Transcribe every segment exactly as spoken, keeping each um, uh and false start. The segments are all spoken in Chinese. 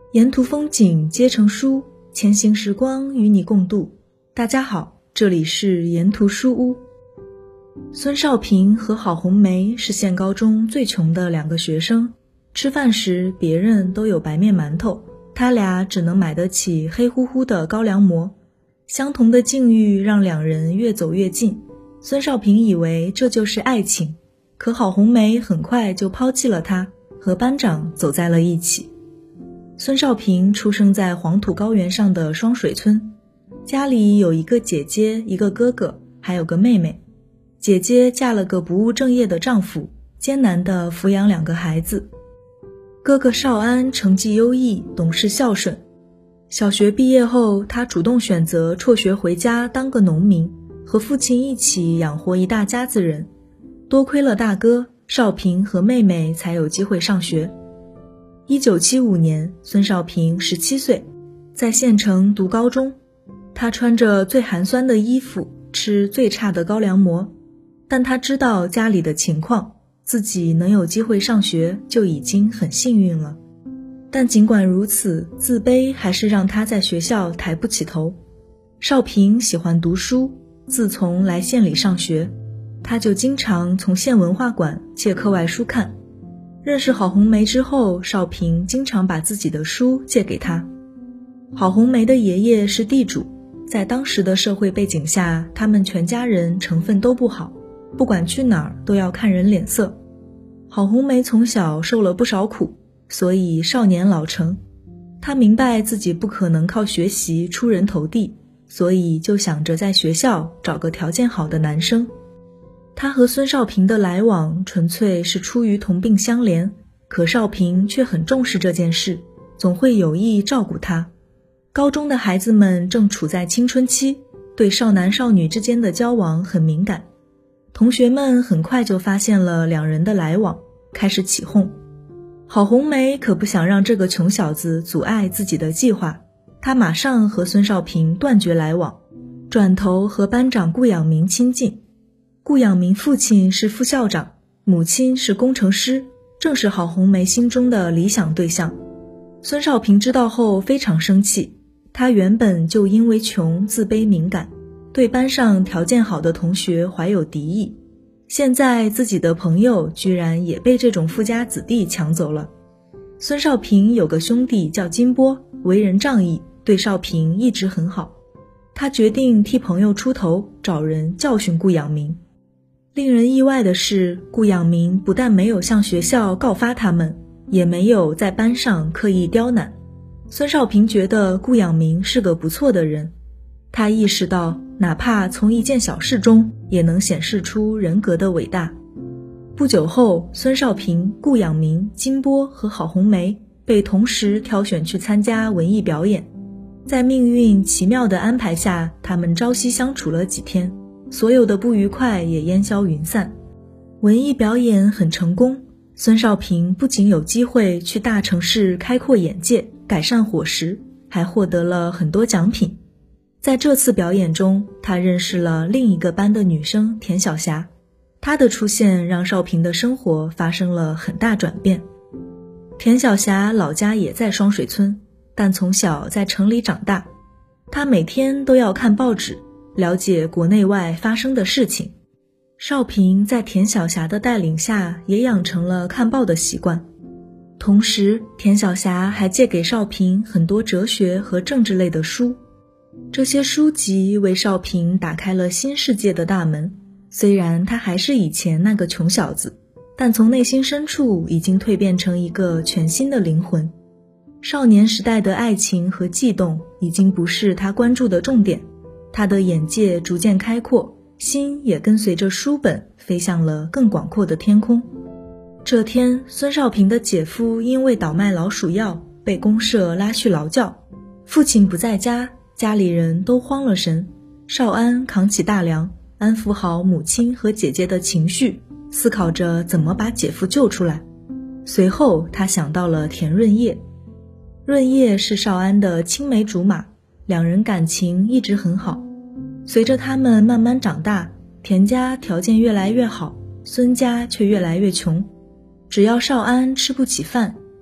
沿途风景皆成书，前行时光与你共度。大家好，这里是沿途书屋。孙少平和郝红梅是县高中最穷的两个学生，吃饭时别人都有白面馒头，他俩只能买得起黑乎乎的高粱馍。相同的境遇让两人越走越近，孙少平以为这就是爱情，可郝红梅很快就抛弃了他，和班长走在了一起。孙少平出生在黄土高原上的双水村，家里有一个姐姐，一个哥哥，还有个妹妹。姐姐嫁了个不务正业的丈夫，艰难地抚养两个孩子。哥哥少安成绩优异，懂事孝顺。小学毕业后，他主动选择辍学回家当个农民，和父亲一起养活一大家子人。多亏了大哥少平和妹妹才有机会上学。一九七五年，孙少平十七岁，在县城读高中。他穿着最寒酸的衣服，吃最差的高粱馍，但他知道家里的情况，自己能有机会上学就已经很幸运了。但尽管如此，自卑还是让他在学校抬不起头。少平喜欢读书，自从来县里上学，他就经常从县文化馆借课外书看。认识郝红梅之后，少平经常把自己的书借给他。郝红梅的爷爷是地主，在当时的社会背景下，他们全家人成分都不好，不管去哪儿都要看人脸色。郝红梅从小受了不少苦，所以少年老成。她明白自己不可能靠学习出人头地，所以就想着在学校找个条件好的男生。他和孙少平的来往纯粹是出于同病相怜，可少平却很重视这件事，总会有意照顾他。高中的孩子们正处在青春期，对少男少女之间的交往很敏感。同学们很快就发现了两人的来往，开始起哄。郝红梅可不想让这个穷小子阻碍自己的计划，她马上和孙少平断绝来往，转头和班长顾养民亲近。顾养民父亲是副校长，母亲是工程师，正是郝红梅心中的理想对象。孙少平知道后非常生气，他原本就因为穷自卑敏感，对班上条件好的同学怀有敌意，现在自己的朋友居然也被这种富家子弟抢走了。孙少平有个兄弟叫金波，为人仗义，对少平一直很好。他决定替朋友出头，找人教训顾养民。令人意外的是，顾养民不但没有向学校告发他们，也没有在班上刻意刁难。孙少平觉得顾养民是个不错的人，他意识到哪怕从一件小事中也能显示出人格的伟大。不久后，孙少平、顾养民、金波和郝红梅被同时挑选去参加文艺表演。在命运奇妙的安排下，他们朝夕相处了几天，所有的不愉快也烟消云散。文艺表演很成功，孙少平不仅有机会去大城市开阔眼界，改善伙食，还获得了很多奖品。在这次表演中，他认识了另一个班的女生田晓霞，她的出现让少平的生活发生了很大转变。田晓霞老家也在双水村，但从小在城里长大，她每天都要看报纸，了解国内外发生的事情。少平在田晓霞的带领下也养成了看报的习惯。同时，田晓霞还借给少平很多哲学和政治类的书，这些书籍为少平打开了新世界的大门。虽然他还是以前那个穷小子，但从内心深处已经蜕变成一个全新的灵魂。少年时代的爱情和悸动已经不是他关注的重点，他的眼界逐渐开阔，心也跟随着书本飞向了更广阔的天空。这天，孙少平的姐夫因为倒卖老鼠药被公社拉去劳教，父亲不在家，家里人都慌了神。少安扛起大梁，安抚好母亲和姐姐的情绪，思考着怎么把姐夫救出来。随后他想到了田润叶。润叶是少安的青梅竹马，两人感情一直很好。随着他们慢慢长大，田家条件越来越好，孙家却越来越穷。只要少安吃不起饭，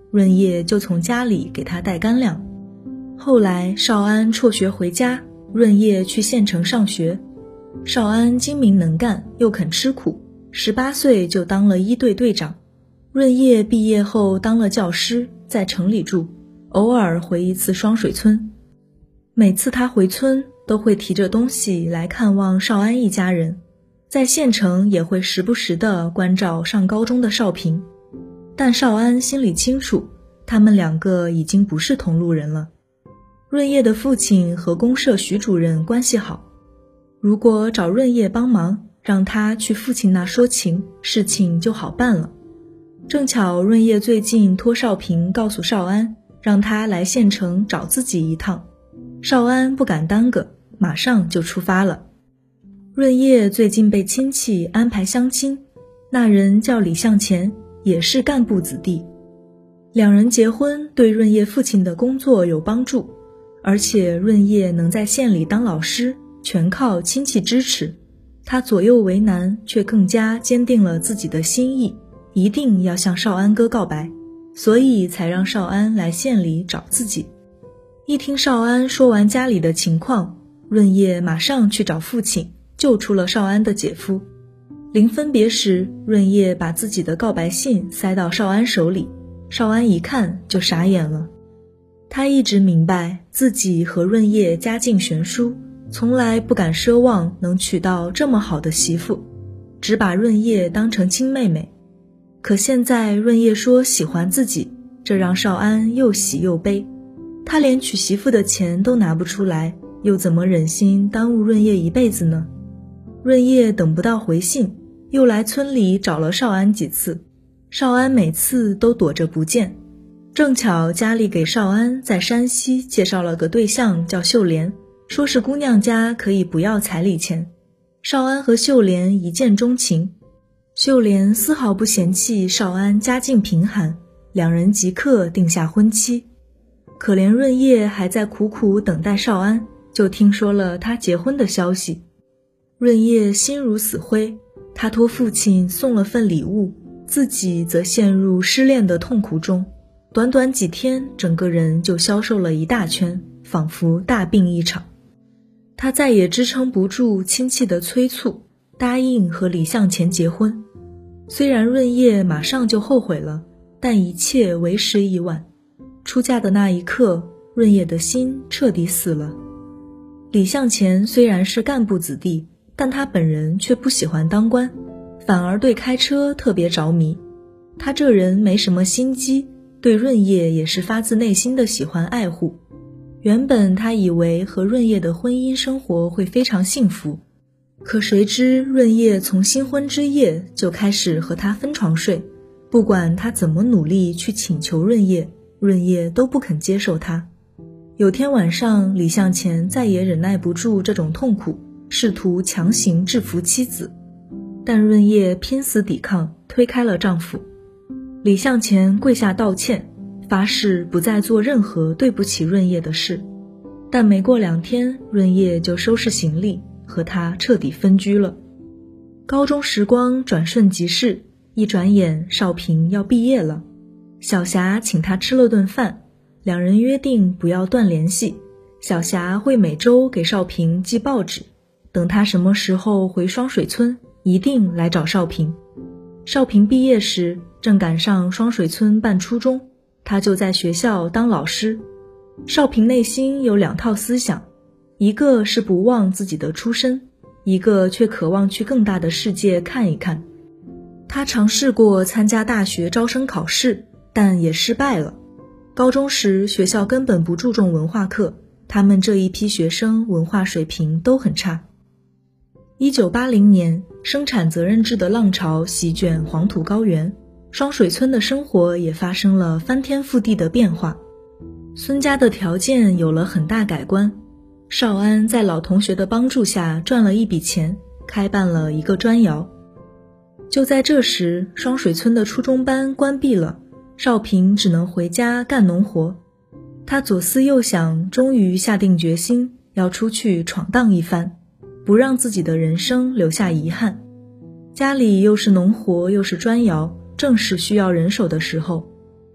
润叶就从家里给他带干粮。后来少安辍学回家，润叶去县城上学。少安精明能干，又肯吃苦，十八岁就当了一队队长。润叶毕业后当了教师，在城里住，偶尔回一次双水村。每次他回村都会提着东西来看望少安一家人，在县城也会时不时地关照上高中的少平。但少安心里清楚，他们两个已经不是同路人了。润叶的父亲和公社徐主任关系好，如果找润叶帮忙，让他去父亲那说情，事情就好办了。正巧润叶最近托少平告诉少安，让他来县城找自己一趟。少安不敢耽搁，马上就出发了。润叶最近被亲戚安排相亲，那人叫李向前，也是干部子弟。两人结婚对润叶父亲的工作有帮助，而且润叶能在县里当老师，全靠亲戚支持。他左右为难，却更加坚定了自己的心意，一定要向少安哥告白，所以才让少安来县里找自己。一听少安说完家里的情况，润叶马上去找父亲，救出了少安的姐夫。临分别时，润叶把自己的告白信塞到少安手里，少安一看就傻眼了。他一直明白自己和润叶家境悬殊，从来不敢奢望能娶到这么好的媳妇，只把润叶当成亲妹妹。可现在润叶说喜欢自己，这让少安又喜又悲。他连娶媳妇的钱都拿不出来，又怎么忍心耽误润叶一辈子呢？润叶等不到回信，又来村里找了少安几次，少安每次都躲着不见。正巧家里给少安在山西介绍了个对象叫秀莲，说是姑娘家可以不要彩礼钱。少安和秀莲一见钟情，秀莲丝毫不嫌弃少安家境贫寒，两人即刻定下婚期。可怜润叶还在苦苦等待少安，就听说了他结婚的消息。润叶心如死灰，他托父亲送了份礼物，自己则陷入失恋的痛苦中。短短几天，整个人就消瘦了一大圈，仿佛大病一场。他再也支撑不住亲戚的催促，答应和李向前结婚。虽然润叶马上就后悔了，但一切为时已晚。出嫁的那一刻，润叶的心彻底死了。李向前虽然是干部子弟，但他本人却不喜欢当官，反而对开车特别着迷。他这人没什么心机，对润叶也是发自内心的喜欢爱护。原本他以为和润叶的婚姻生活会非常幸福，可谁知润叶从新婚之夜就开始和他分床睡，不管他怎么努力去请求润叶，润叶都不肯接受他。有天晚上，李向前再也忍耐不住这种痛苦，试图强行制服妻子，但润叶拼死抵抗，推开了丈夫。李向前跪下道歉，发誓不再做任何对不起润叶的事。但没过两天，润叶就收拾行李，和他彻底分居了。高中时光转瞬即逝，一转眼少平要毕业了。小霞请他吃了顿饭，两人约定不要断联系。小霞会每周给少平寄报纸，等他什么时候回双水村，一定来找少平。少平毕业时正赶上双水村办初中，他就在学校当老师。少平内心有两套思想，一个是不忘自己的出身，一个却渴望去更大的世界看一看。他尝试过参加大学招生考试，但也失败了。高中时学校根本不注重文化课，他们这一批学生文化水平都很差。一九八零年，生产责任制的浪潮席卷黄土高原，双水村的生活也发生了翻天覆地的变化。孙家的条件有了很大改观，少安在老同学的帮助下赚了一笔钱，开办了一个砖窑。就在这时，双水村的初中班关闭了，少平只能回家干农活。他左思右想，终于下定决心要出去闯荡一番，不让自己的人生留下遗憾。家里又是农活又是砖窑，正是需要人手的时候。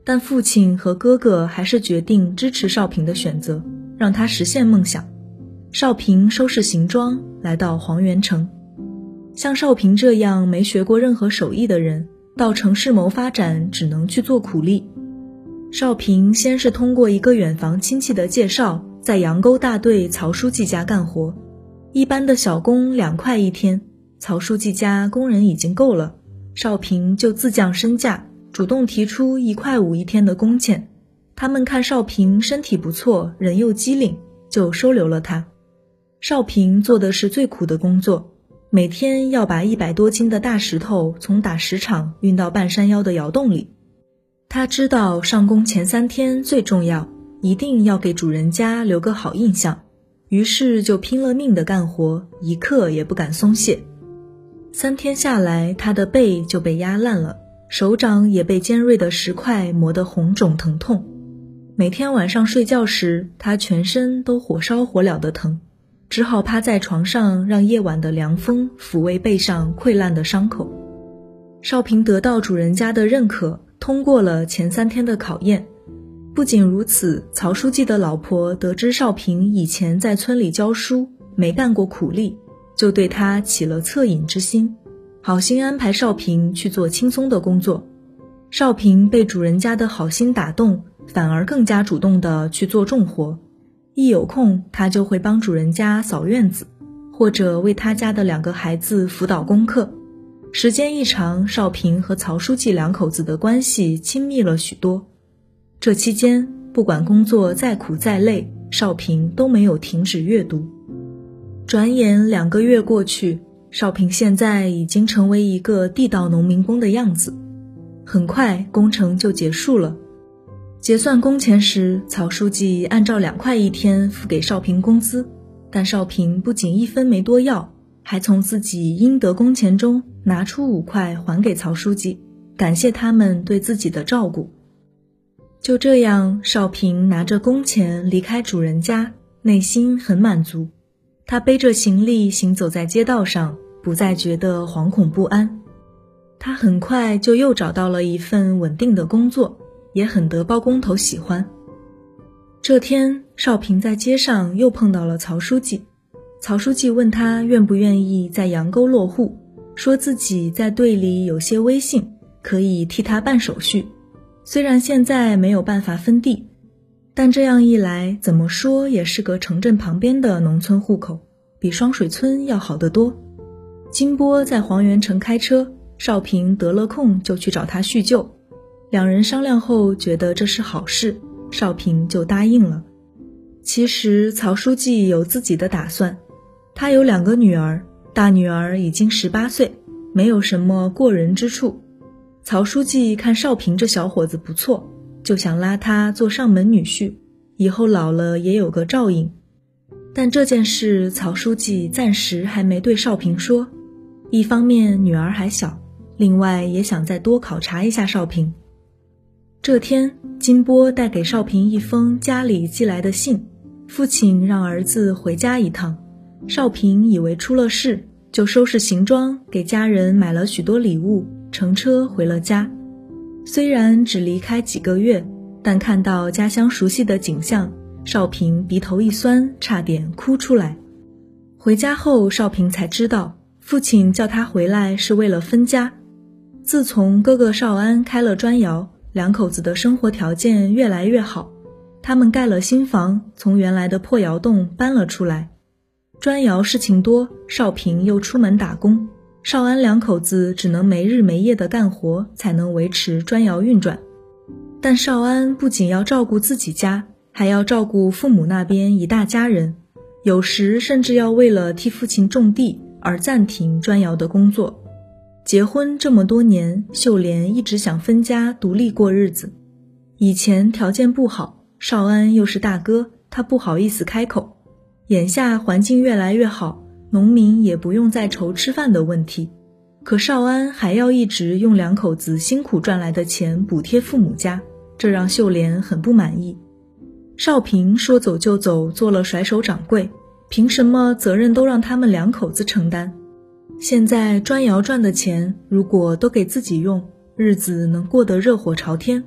但父亲和哥哥还是决定支持少平的选择，让他实现梦想。少平收拾行装来到黄元城。像少平这样没学过任何手艺的人，到城市谋发展只能去做苦力。少平先是通过一个远房亲戚的介绍，在杨沟大队曹书记家干活，一般的小工两块一天，曹书记家工人已经够了，少平就自降身价，主动提出一块五一天的工钱。他们看少平身体不错，人又机灵，就收留了他。少平做的是最苦的工作，每天要把一百多斤的大石头从打石场运到半山腰的窑洞里。他知道上工前三天最重要，一定要给主人家留个好印象，于是就拼了命的干活，一刻也不敢松懈。三天下来，他的背就被压烂了，手掌也被尖锐的石块磨得红肿疼痛。每天晚上睡觉时，他全身都火烧火燎的疼，只好趴在床上让夜晚的凉风抚慰背上溃烂的伤口。少平得到主人家的认可，通过了前三天的考验。不仅如此，曹书记的老婆得知少平以前在村里教书，没干过苦力，就对他起了恻隐之心，好心安排少平去做轻松的工作。少平被主人家的好心打动，反而更加主动地去做重活。一有空，他就会帮主人家扫院子，或者为他家的两个孩子辅导功课。时间一长，少平和曹书记两口子的关系亲密了许多。这期间，不管工作再苦再累，少平都没有停止阅读。转眼两个月过去，少平现在已经成为一个地道农民工的样子。很快工程就结束了。结算工钱时，曹书记按照两块一天付给少平工资，但少平不仅一分没多要，还从自己应得工钱中拿出五块还给曹书记，感谢他们对自己的照顾。就这样，少平拿着工钱离开主人家，内心很满足。他背着行李行走在街道上，不再觉得惶恐不安。他很快就又找到了一份稳定的工作，也很得包工头喜欢。这天，少平在街上又碰到了曹书记。曹书记问他愿不愿意在杨沟落户，说自己在队里有些威信，可以替他办手续。虽然现在没有办法分地，但这样一来，怎么说也是个城镇旁边的农村户口，比双水村要好得多。金波在黄元城开车，少平得了空就去找他叙旧。两人商量后觉得这是好事，少平就答应了。其实曹书记有自己的打算，他有两个女儿，大女儿已经十八岁，没有什么过人之处。曹书记看少平这小伙子不错，就想拉他做上门女婿，以后老了也有个照应。但这件事曹书记暂时还没对少平说，一方面女儿还小，另外也想再多考察一下少平。这天，金波带给少平一封家里寄来的信，父亲让儿子回家一趟。少平以为出了事，就收拾行装，给家人买了许多礼物，乘车回了家。虽然只离开几个月，但看到家乡熟悉的景象，少平鼻头一酸，差点哭出来。回家后，少平才知道，父亲叫他回来是为了分家。自从哥哥少安开了砖窑，两口子的生活条件越来越好，他们盖了新房，从原来的破窑洞搬了出来。砖窑事情多，少平又出门打工，少安两口子只能没日没夜的干活，才能维持砖窑运转。但少安不仅要照顾自己家，还要照顾父母那边一大家人，有时甚至要为了替父亲种地而暂停砖窑的工作。结婚这么多年，秀莲一直想分家独立过日子。以前条件不好，少安又是大哥，他不好意思开口。眼下环境越来越好，农民也不用再愁吃饭的问题，可少安还要一直用两口子辛苦赚来的钱补贴父母家，这让秀莲很不满意。少平说走就走，做了甩手掌柜，凭什么责任都让他们两口子承担？现在砖窑赚的钱如果都给自己用，日子能过得热火朝天。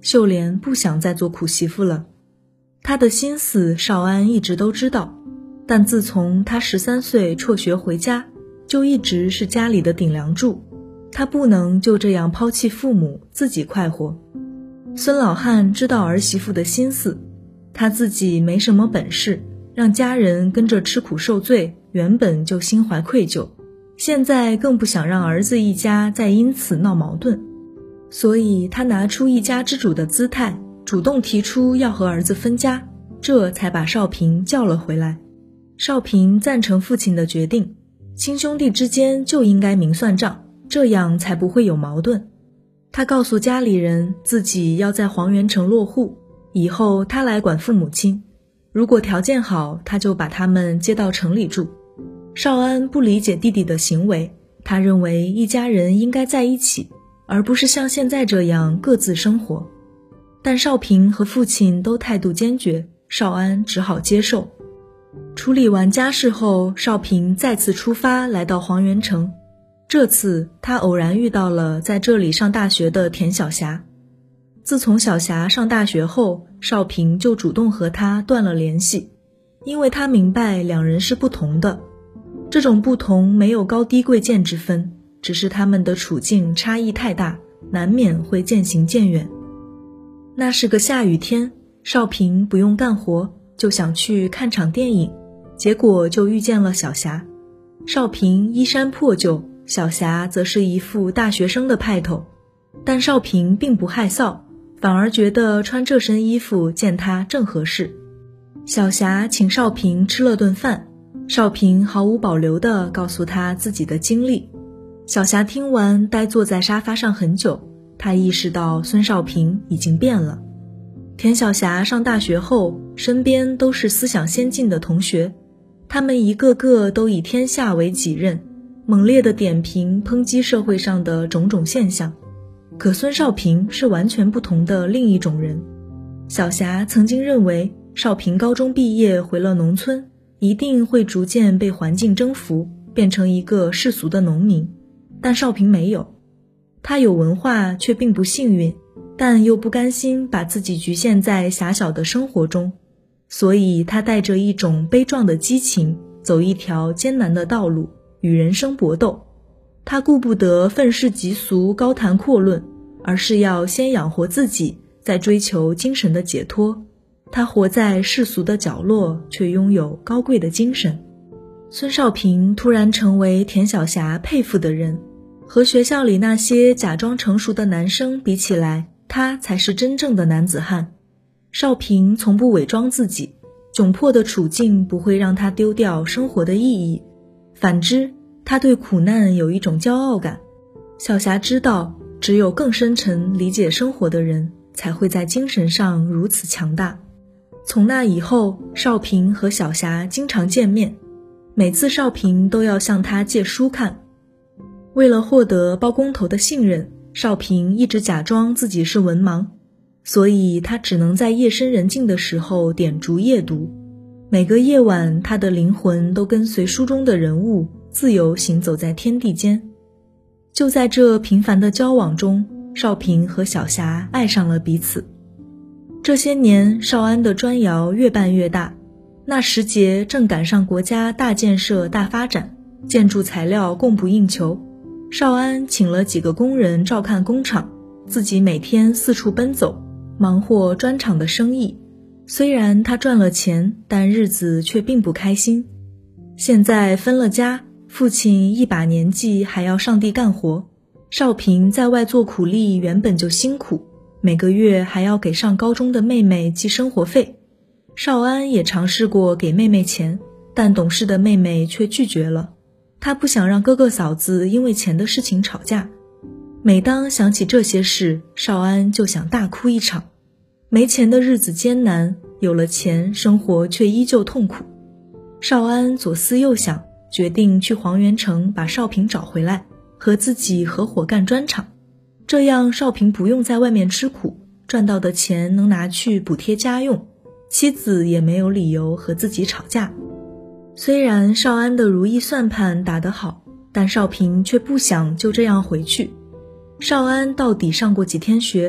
秀莲不想再做苦媳妇了。她的心思少安一直都知道，但自从她十三岁辍学回家，就一直是家里的顶梁柱，她不能就这样抛弃父母，自己快活。孙老汉知道儿媳妇的心思，他自己没什么本事，让家人跟着吃苦受罪，原本就心怀愧疚，现在更不想让儿子一家再因此闹矛盾，所以他拿出一家之主的姿态，主动提出要和儿子分家，这才把少平叫了回来。少平赞成父亲的决定，亲兄弟之间就应该明算账，这样才不会有矛盾。他告诉家里人自己要在黄元城落户，以后他来管父母亲，如果条件好，他就把他们接到城里住。少安不理解弟弟的行为，他认为一家人应该在一起，而不是像现在这样各自生活。但少平和父亲都态度坚决，少安只好接受。处理完家事后，少平再次出发来到黄元城。这次他偶然遇到了在这里上大学的田晓霞。自从小霞上大学后，少平就主动和她断了联系，因为他明白两人是不同的。这种不同没有高低贵贱之分，只是他们的处境差异太大，难免会渐行渐远。那是个下雨天，少平不用干活，就想去看场电影，结果就遇见了小霞。少平衣衫破旧，小霞则是一副大学生的派头，但少平并不害臊，反而觉得穿这身衣服见他正合适。小霞请少平吃了顿饭，少平毫无保留地告诉他自己的经历。小霞听完呆坐在沙发上很久，她意识到孙少平已经变了。田晓霞上大学后，身边都是思想先进的同学，他们一个个都以天下为己任，猛烈地点评抨击社会上的种种现象。可孙少平是完全不同的另一种人。小霞曾经认为少平高中毕业回了农村，一定会逐渐被环境征服，变成一个世俗的农民，但少平没有。他有文化却并不幸运，但又不甘心把自己局限在狭小的生活中，所以他带着一种悲壮的激情，走一条艰难的道路，与人生搏斗。他顾不得愤世嫉俗、高谈阔论，而是要先养活自己，再追求精神的解脱。他活在世俗的角落，却拥有高贵的精神。孙少平突然成为田晓霞佩服的人，和学校里那些假装成熟的男生比起来，他才是真正的男子汉。少平从不伪装自己，窘迫的处境不会让他丢掉生活的意义，反之，他对苦难有一种骄傲感。小霞知道，只有更深沉理解生活的人，才会在精神上如此强大。从那以后，少平和小霞经常见面，每次少平都要向他借书看。为了获得包工头的信任，少平一直假装自己是文盲，所以他只能在夜深人静的时候点烛夜读。每个夜晚，他的灵魂都跟随书中的人物，自由行走在天地间。就在这平凡的交往中，少平和小霞爱上了彼此。这些年，少安的砖窑越办越大，那时节正赶上国家大建设大发展，建筑材料供不应求。少安请了几个工人照看工厂，自己每天四处奔走，忙活砖厂的生意。虽然他赚了钱，但日子却并不开心。现在分了家，父亲一把年纪还要上地干活，少平在外做苦力原本就辛苦，每个月还要给上高中的妹妹寄生活费。少安也尝试过给妹妹钱，但懂事的妹妹却拒绝了。他不想让哥哥嫂子因为钱的事情吵架。每当想起这些事，少安就想大哭一场。没钱的日子艰难，有了钱，生活却依旧痛苦。少安左思右想，决定去黄元城把少平找回来，和自己合伙干砖厂。这样少平不用在外面吃苦，赚到的钱能拿去补贴家用，妻子也没有理由和自己吵架。虽然少安的如意算盘打得好，但少平却不想就这样回去。少安到底上过几天学，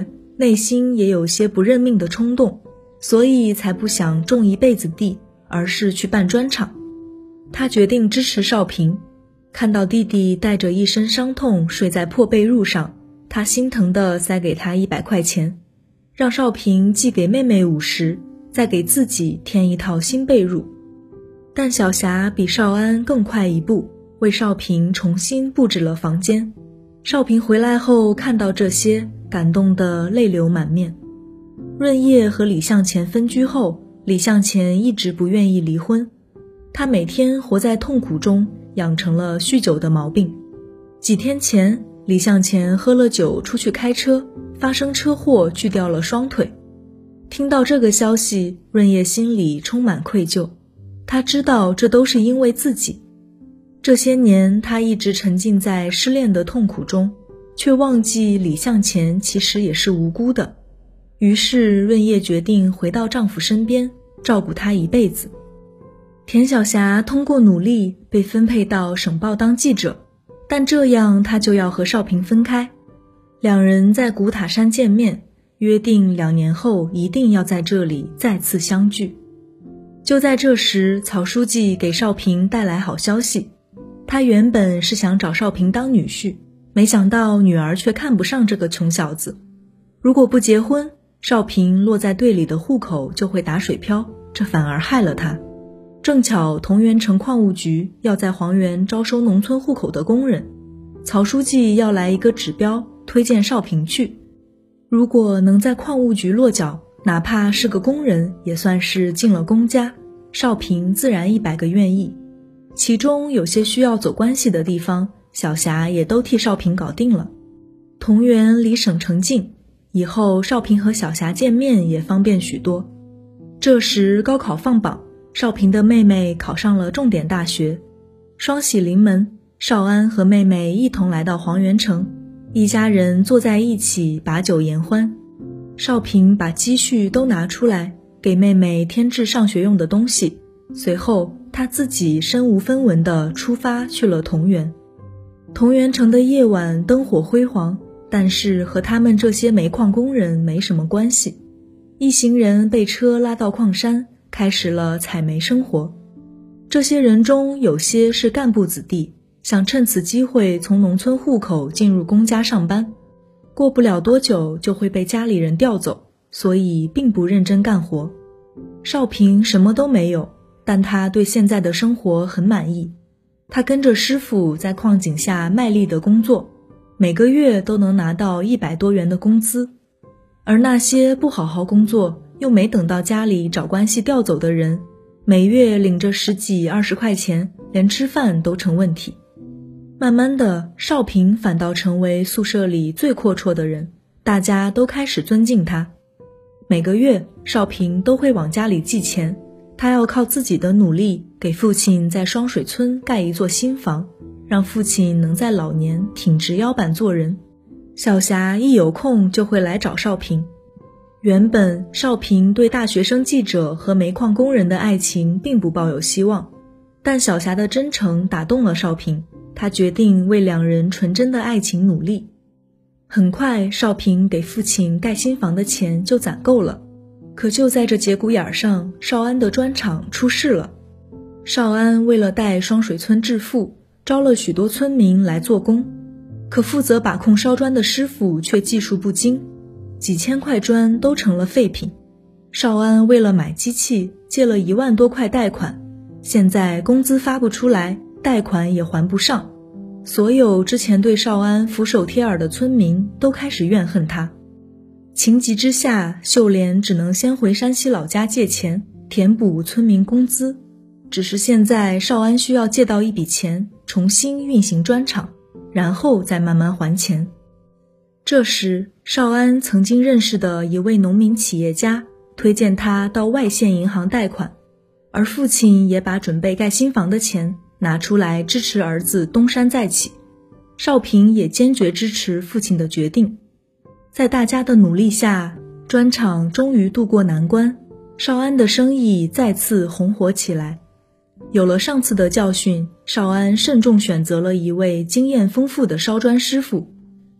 内心也有些不认命的冲动，所以才不想种一辈子地，而是去办砖厂。他决定支持少平，看到弟弟带着一身伤痛睡在破被褥上，他心疼地塞给他一百块钱，让少平寄给妹妹五十，再给自己添一套新被褥。但小霞比少安更快一步，为少平重新布置了房间。少平回来后看到这些，感动得泪流满面。润叶和李向前分居后，李向前一直不愿意离婚，他每天活在痛苦中，养成了酗酒的毛病。几天前，李向前喝了酒出去开车，发生车祸锯掉了双腿。听到这个消息，润叶心里充满愧疚，他知道这都是因为自己。这些年他一直沉浸在失恋的痛苦中，却忘记李向前其实也是无辜的。于是润叶决定回到丈夫身边，照顾他一辈子。田晓霞通过努力被分配到省报当记者，但这样她就要和少平分开。两人在古塔山见面，约定两年后一定要在这里再次相聚。就在这时，曹书记给少平带来好消息，他原本是想找少平当女婿，没想到女儿却看不上这个穷小子。如果不结婚，少平落在队里的户口就会打水漂，这反而害了他。正巧桐园城矿务局要在黄原招收农村户口的工人，曹书记要来一个指标，推荐少平去。如果能在矿务局落脚，哪怕是个工人，也算是进了公家，少平自然一百个愿意。其中有些需要走关系的地方，小霞也都替少平搞定了。桐园离省城近，以后少平和小霞见面也方便许多。这时高考放榜，少平的妹妹考上了重点大学。双喜临门，少安和妹妹一同来到黄原城，一家人坐在一起把酒言欢。少平把积蓄都拿出来，给妹妹添置上学用的东西，随后他自己身无分文地出发去了桐园。桐园城的夜晚灯火辉煌，但是和他们这些煤矿工人没什么关系。一行人被车拉到矿山，开始了采煤生活。这些人中有些是干部子弟，想趁此机会从农村户口进入公家上班，过不了多久就会被家里人调走，所以并不认真干活。少平什么都没有，但他对现在的生活很满意。他跟着师傅在矿井下卖力的工作，每个月都能拿到一百多元的工资。而那些不好好工作又没等到家里找关系调走的人，每月领着十几二十块钱，连吃饭都成问题。慢慢的，少平反倒成为宿舍里最阔绰的人，大家都开始尊敬他。每个月少平都会往家里寄钱，他要靠自己的努力给父亲在双水村盖一座新房，让父亲能在老年挺直腰板做人。小霞一有空就会来找少平。原本少平对大学生记者和煤矿工人的爱情并不抱有希望，但小霞的真诚打动了少平，他决定为两人纯真的爱情努力。很快，少平给父亲盖新房的钱就攒够了。可就在这节骨眼上，少安的砖厂出事了。少安为了带双水村致富，招了许多村民来做工，可负责把控烧砖的师傅却技术不精，几千块砖都成了废品。少安为了买机器，借了一万多块贷款，现在工资发不出来，贷款也还不上。所有之前对少安俯首帖耳的村民都开始怨恨他。情急之下，秀莲只能先回山西老家借钱，填补村民工资。只是现在少安需要借到一笔钱，重新运行砖厂，然后再慢慢还钱。这时，少安曾经认识的一位农民企业家推荐他到外县银行贷款，而父亲也把准备盖新房的钱拿出来支持儿子东山再起。少平也坚决支持父亲的决定。在大家的努力下，砖厂终于渡过难关，少安的生意再次红火起来。有了上次的教训，少安慎重选择了一位经验丰富的烧砖师傅。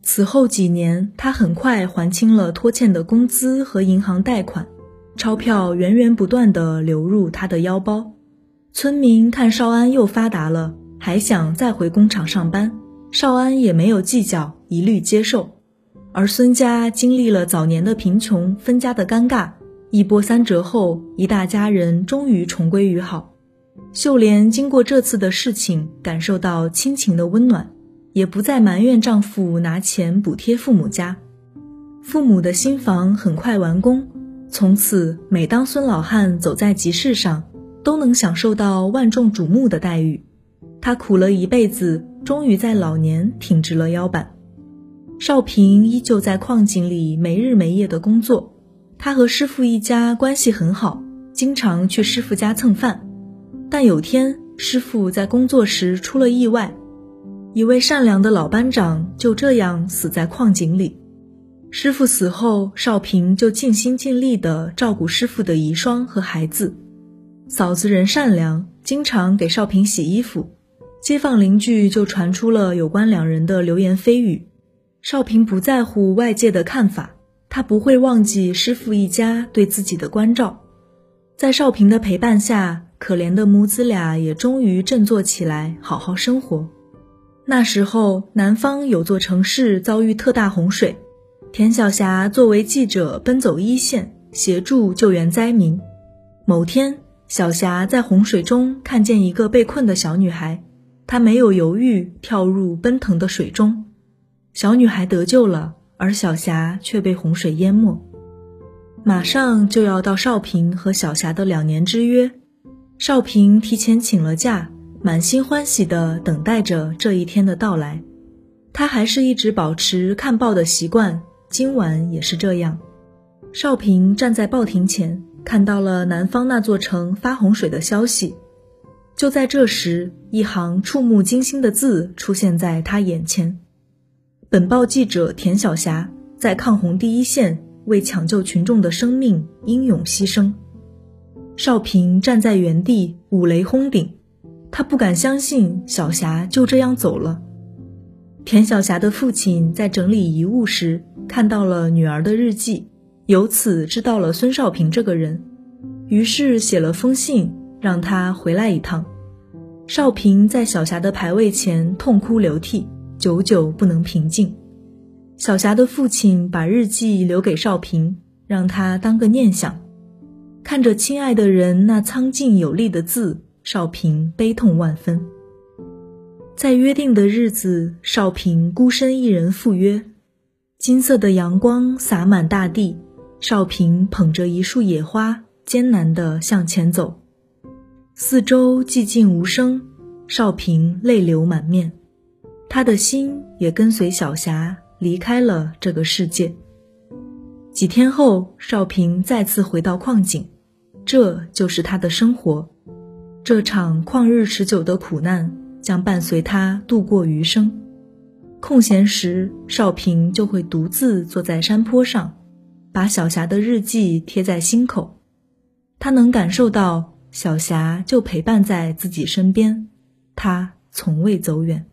此后几年，他很快还清了拖欠的工资和银行贷款，钞票源源不断地流入他的腰包。村民看少安又发达了，还想再回工厂上班，少安也没有计较，一律接受。而孙家经历了早年的贫穷，分家的尴尬，一波三折后，一大家人终于重归于好。秀莲经过这次的事情，感受到亲情的温暖，也不再埋怨丈夫拿钱补贴父母家。父母的新房很快完工，从此每当孙老汉走在集市上，都能享受到万众瞩目的待遇。他苦了一辈子，终于在老年挺直了腰板。少平依旧在矿井里没日没夜的工作，他和师傅一家关系很好，经常去师傅家蹭饭。但有天，师傅在工作时出了意外，一位善良的老班长就这样死在矿井里。师傅死后，少平就尽心尽力地照顾师傅的遗孀和孩子。嫂子人善良，经常给少平洗衣服，街坊邻居就传出了有关两人的流言蜚语。少平不在乎外界的看法，他不会忘记师傅一家对自己的关照。在少平的陪伴下，可怜的母子俩也终于振作起来，好好生活。那时候，南方有座城市遭遇特大洪水，田晓霞作为记者奔走一线，协助救援灾民。某天，小霞在洪水中看见一个被困的小女孩，她没有犹豫，跳入奔腾的水中。小女孩得救了，而小霞却被洪水淹没。马上就要到少平和小霞的两年之约，少平提前请了假，满心欢喜地等待着这一天的到来。他还是一直保持看报的习惯，今晚也是这样。少平站在报亭前，看到了南方那座城发洪水的消息。就在这时，一行触目惊心的字出现在他眼前：本报记者田晓霞在抗洪第一线为抢救群众的生命英勇牺牲。少平站在原地，五雷轰顶，他不敢相信小霞就这样走了。田晓霞的父亲在整理遗物时看到了女儿的日记，由此知道了孙少平这个人，于是写了封信让他回来一趟。少平在小霞的牌位前痛哭流涕，久久不能平静。小霞的父亲把日记留给少平，让他当个念想。看着亲爱的人那苍劲有力的字，少平悲痛万分。在约定的日子，少平孤身一人赴约。金色的阳光洒满大地，少平捧着一束野花，艰难地向前走。四周寂静无声，少平泪流满面，他的心也跟随小霞离开了这个世界。几天后，少平再次回到矿井，这就是他的生活。这场旷日持久的苦难将伴随他度过余生。空闲时，少平就会独自坐在山坡上，把小霞的日记贴在心口。他能感受到小霞就陪伴在自己身边，他从未走远。